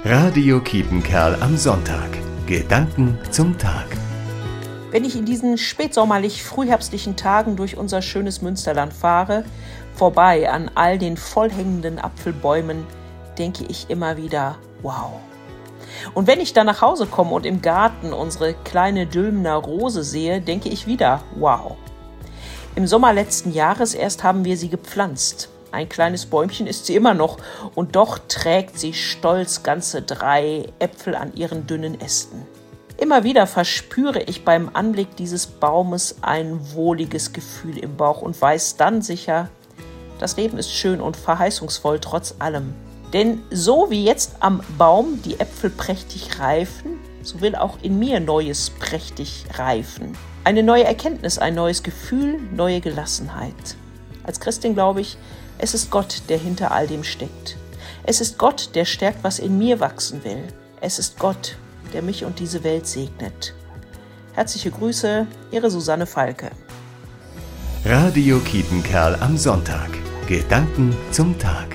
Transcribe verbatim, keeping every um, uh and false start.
Radio Kiepenkerl am Sonntag. Gedanken zum Tag. Wenn ich in diesen spätsommerlich frühherbstlichen Tagen durch unser schönes Münsterland fahre, vorbei an all den vollhängenden Apfelbäumen, denke ich immer wieder, wow. Und wenn ich dann nach Hause komme und im Garten unsere kleine Dülmener Rose sehe, denke ich wieder, wow. Im Sommer letzten Jahres erst haben wir sie gepflanzt. Ein kleines Bäumchen ist sie immer noch und doch trägt sie stolz ganze drei Äpfel an ihren dünnen Ästen. Immer wieder verspüre ich beim Anblick dieses Baumes ein wohliges Gefühl im Bauch und weiß dann sicher, das Leben ist schön und verheißungsvoll trotz allem. Denn so wie jetzt am Baum die Äpfel prächtig reifen, so will auch in mir Neues prächtig reifen. Eine neue Erkenntnis, ein neues Gefühl, neue Gelassenheit. Als Christin glaube ich, es ist Gott, der hinter all dem steckt. Es ist Gott, der stärkt, was in mir wachsen will. Es ist Gott, der mich und diese Welt segnet. Herzliche Grüße, Ihre Susanne Falke. Radio Kiepenkerl am Sonntag. Gedanken zum Tag.